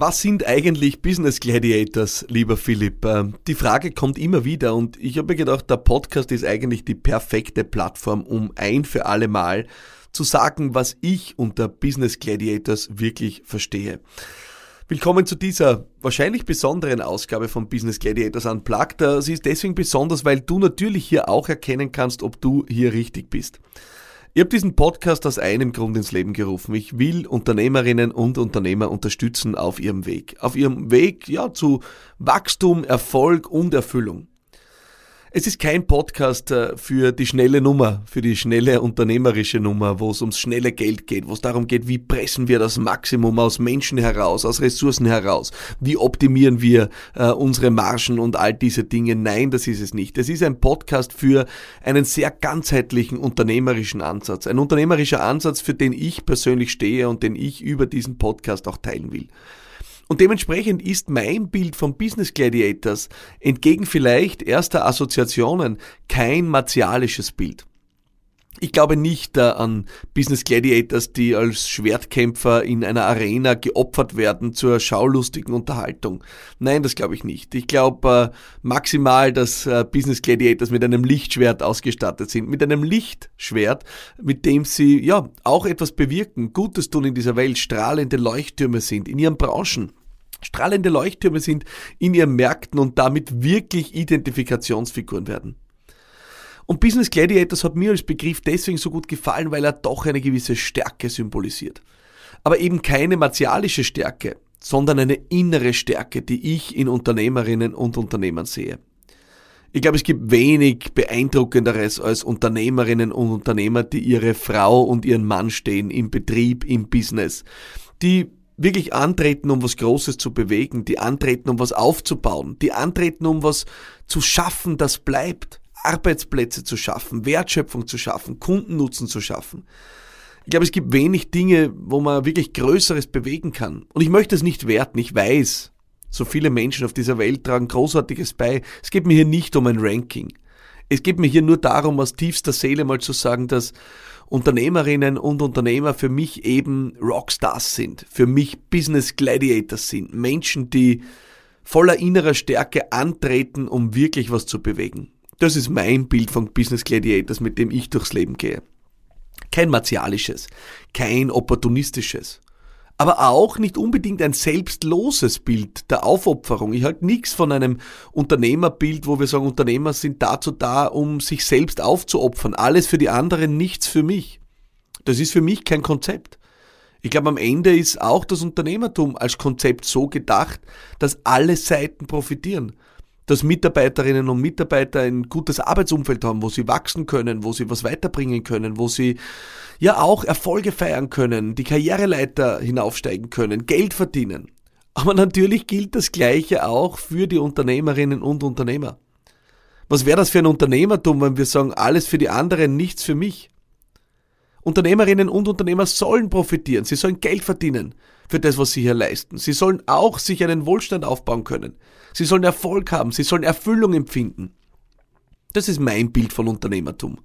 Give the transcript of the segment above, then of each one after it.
Was sind eigentlich Business Gladiators, lieber Philipp? Die Frage kommt immer wieder und ich habe mir gedacht, der Podcast ist eigentlich die perfekte Plattform, um ein für alle Mal zu sagen, was ich unter Business Gladiators wirklich verstehe. Willkommen zu dieser wahrscheinlich besonderen Ausgabe von Business Gladiators Unplugged. Sie ist deswegen besonders, weil du natürlich hier auch erkennen kannst, ob du hier richtig bist. Ich habe diesen Podcast aus einem Grund ins Leben gerufen. Ich will Unternehmerinnen und Unternehmer unterstützen auf ihrem Weg. Auf ihrem Weg, zu Wachstum, Erfolg und Erfüllung. Es ist kein Podcast für die schnelle Nummer, für die schnelle unternehmerische Nummer, wo es ums schnelle Geld geht, wo es darum geht, wie pressen wir das Maximum aus Menschen heraus, aus Ressourcen heraus, wie optimieren wir unsere Margen und all diese Dinge. Nein, das ist es nicht. Es ist ein Podcast für einen sehr ganzheitlichen unternehmerischen Ansatz. Ein unternehmerischer Ansatz, für den ich persönlich stehe und den ich über diesen Podcast auch teilen will. Und dementsprechend ist mein Bild von Business Gladiators entgegen vielleicht erster Assoziationen kein martialisches Bild. Ich glaube nicht an Business Gladiators, die als Schwertkämpfer in einer Arena geopfert werden zur schaulustigen Unterhaltung. Nein, das glaube ich nicht. Ich glaube maximal, dass Business Gladiators mit einem Lichtschwert ausgestattet sind. Mit einem Lichtschwert, mit dem sie auch etwas bewirken, Gutes tun in dieser Welt, strahlende Leuchttürme sind in ihren Branchen. Strahlende Leuchttürme sind in ihren Märkten und damit wirklich Identifikationsfiguren werden. Und Business Gladiators hat mir als Begriff deswegen so gut gefallen, weil er doch eine gewisse Stärke symbolisiert. Aber eben keine martialische Stärke, sondern eine innere Stärke, die ich in Unternehmerinnen und Unternehmern sehe. Ich glaube, es gibt wenig Beeindruckenderes als Unternehmerinnen und Unternehmer, die ihre Frau und ihren Mann stehen im Betrieb, im Business, die wirklich antreten, um was Großes zu bewegen, die antreten, um was aufzubauen, die antreten, um was zu schaffen, das bleibt, Arbeitsplätze zu schaffen, Wertschöpfung zu schaffen, Kundennutzen zu schaffen. Ich glaube, es gibt wenig Dinge, wo man wirklich Größeres bewegen kann. Und ich möchte es nicht werten, ich weiß, so viele Menschen auf dieser Welt tragen Großartiges bei. Es geht mir hier nicht um ein Ranking. Es geht mir hier nur darum, aus tiefster Seele mal zu sagen, dass Unternehmerinnen und Unternehmer für mich eben Rockstars sind, für mich Business Gladiators sind, Menschen, die voller innerer Stärke antreten, um wirklich was zu bewegen. Das ist mein Bild von Business Gladiators, mit dem ich durchs Leben gehe. Kein martialisches, kein opportunistisches, aber auch nicht unbedingt ein selbstloses Bild der Aufopferung. Ich halte nichts von einem Unternehmerbild, wo wir sagen, Unternehmer sind dazu da, um sich selbst aufzuopfern. Alles für die anderen, nichts für mich. Das ist für mich kein Konzept. Ich glaube, am Ende ist auch das Unternehmertum als Konzept so gedacht, dass alle Seiten profitieren. Dass Mitarbeiterinnen und Mitarbeiter ein gutes Arbeitsumfeld haben, wo sie wachsen können, wo sie was weiterbringen können, wo sie auch Erfolge feiern können, die Karriereleiter hinaufsteigen können, Geld verdienen. Aber natürlich gilt das Gleiche auch für die Unternehmerinnen und Unternehmer. Was wäre das für ein Unternehmertum, wenn wir sagen, alles für die anderen, nichts für mich? Unternehmerinnen und Unternehmer sollen profitieren, sie sollen Geld verdienen für das, was sie hier leisten. Sie sollen auch sich einen Wohlstand aufbauen können. Sie sollen Erfolg haben, sie sollen Erfüllung empfinden. Das ist mein Bild von Unternehmertum.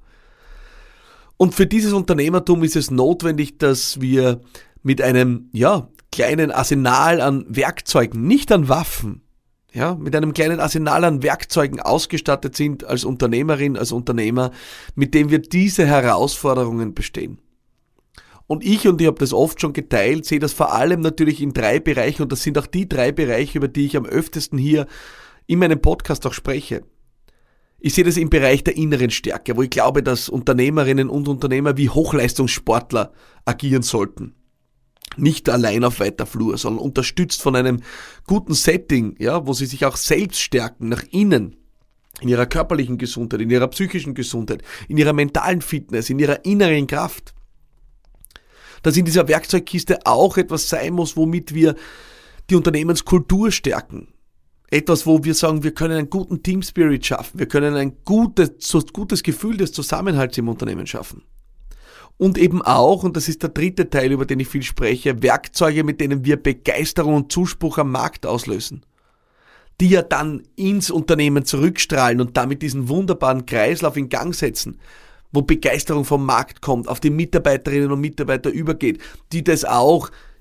Und für dieses Unternehmertum ist es notwendig, dass wir mit einem kleinen Arsenal an Werkzeugen, nicht an Waffen, mit einem kleinen Arsenal an Werkzeugen ausgestattet sind als Unternehmerin, als Unternehmer, mit dem wir diese Herausforderungen bestehen. Und ich habe das oft schon geteilt, sehe das vor allem natürlich in 3 Bereichen und das sind auch die 3 Bereiche, über die ich am öftesten hier in meinem Podcast auch spreche. Ich sehe das im Bereich der inneren Stärke, wo ich glaube, dass Unternehmerinnen und Unternehmer wie Hochleistungssportler agieren sollten. Nicht allein auf weiter Flur, sondern unterstützt von einem guten Setting, wo sie sich auch selbst stärken, nach innen, in ihrer körperlichen Gesundheit, in ihrer psychischen Gesundheit, in ihrer mentalen Fitness, in ihrer inneren Kraft. Dass in dieser Werkzeugkiste auch etwas sein muss, womit wir die Unternehmenskultur stärken. Etwas, wo wir sagen, wir können einen guten Team-Spirit schaffen, wir können ein gutes Gefühl des Zusammenhalts im Unternehmen schaffen. Und eben auch, und das ist der 3. Teil, über den ich viel spreche, Werkzeuge, mit denen wir Begeisterung und Zuspruch am Markt auslösen. Die ja dann ins Unternehmen zurückstrahlen und damit diesen wunderbaren Kreislauf in Gang setzen, wo Begeisterung vom Markt kommt, auf die Mitarbeiterinnen und Mitarbeiter übergeht, die das auch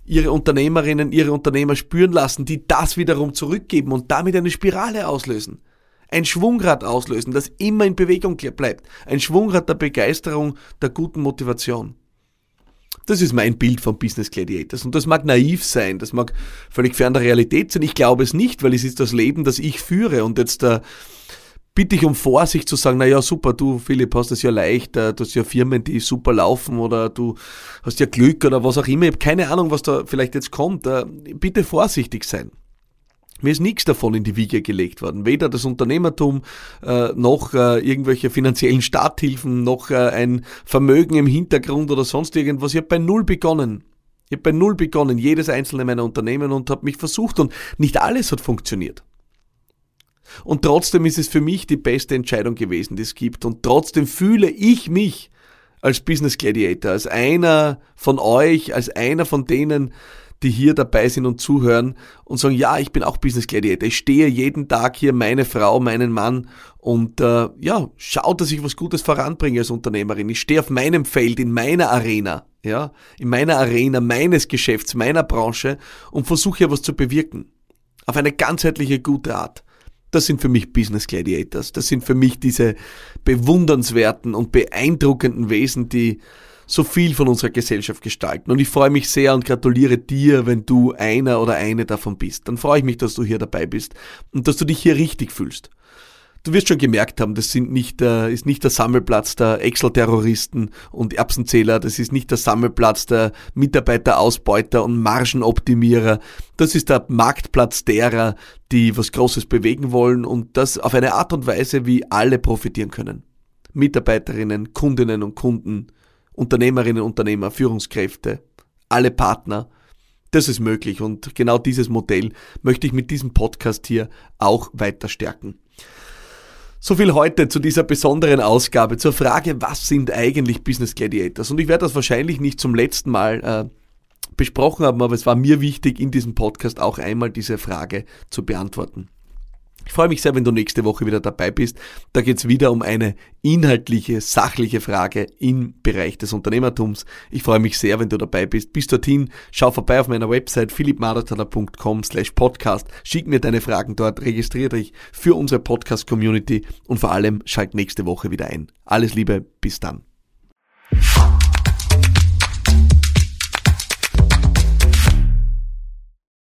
ihre Unternehmerinnen, ihre Unternehmer spüren lassen, die das wiederum zurückgeben und damit eine Spirale auslösen. Ein Schwungrad auslösen, das immer in Bewegung bleibt. Ein Schwungrad der Begeisterung, der guten Motivation. Das ist mein Bild von Business Gladiators. Und das mag naiv sein, das mag völlig fern der Realität sein. Ich glaube es nicht, weil es ist das Leben, das ich führe. Und jetzt bitte ich um Vorsicht zu sagen, naja, super, du Philipp, hast das ja leicht, du hast ja Firmen, die super laufen oder du hast ja Glück oder was auch immer. Ich habe keine Ahnung, was da vielleicht jetzt kommt. Bitte vorsichtig sein. Mir ist nichts davon in die Wiege gelegt worden. Weder das Unternehmertum, noch irgendwelche finanziellen Starthilfen, noch ein Vermögen im Hintergrund oder sonst irgendwas. Ich habe bei Null begonnen. Jedes einzelne meiner Unternehmen und habe mich versucht und nicht alles hat funktioniert. Und trotzdem ist es für mich die beste Entscheidung gewesen, die es gibt. Und trotzdem fühle ich mich als Business Gladiator, als einer von euch, als einer von denen, die hier dabei sind und zuhören und sagen, ja, ich bin auch Business Gladiator. Ich stehe jeden Tag hier, meine Frau, meinen Mann und schau, dass ich was Gutes voranbringe als Unternehmerin. Ich stehe auf meinem Feld, in meiner Arena, in meiner Arena meines Geschäfts, meiner Branche und versuche hier was zu bewirken. Auf eine ganzheitliche, gute Art. Das sind für mich Business Gladiators. Das sind für mich diese bewundernswerten und beeindruckenden Wesen, die so viel von unserer Gesellschaft gestalten. Und ich freue mich sehr und gratuliere dir, wenn du einer oder eine davon bist. Dann freue ich mich, dass du hier dabei bist und dass du dich hier richtig fühlst. Du wirst schon gemerkt haben, das ist nicht der Sammelplatz der Excel-Terroristen und Erbsenzähler, das ist nicht der Sammelplatz der Mitarbeiterausbeuter und Margenoptimierer. Das ist der Marktplatz derer, die was Großes bewegen wollen und das auf eine Art und Weise, wie alle profitieren können. Mitarbeiterinnen, Kundinnen und Kunden, Unternehmerinnen, Unternehmer, Führungskräfte, alle Partner. Das ist möglich und genau dieses Modell möchte ich mit diesem Podcast hier auch weiter stärken. So viel heute zu dieser besonderen Ausgabe, zur Frage, was sind eigentlich Business Gladiators? Und ich werde das wahrscheinlich nicht zum letzten Mal besprochen haben, aber es war mir wichtig, in diesem Podcast auch einmal diese Frage zu beantworten. Ich freue mich sehr, wenn du nächste Woche wieder dabei bist. Da geht es wieder um eine inhaltliche, sachliche Frage im Bereich des Unternehmertums. Ich freue mich sehr, wenn du dabei bist. Bis dorthin, schau vorbei auf meiner Website philippmarathoner.com/podcast. Schick mir deine Fragen dort, registriere dich für unsere Podcast-Community und vor allem schalt nächste Woche wieder ein. Alles Liebe, bis dann.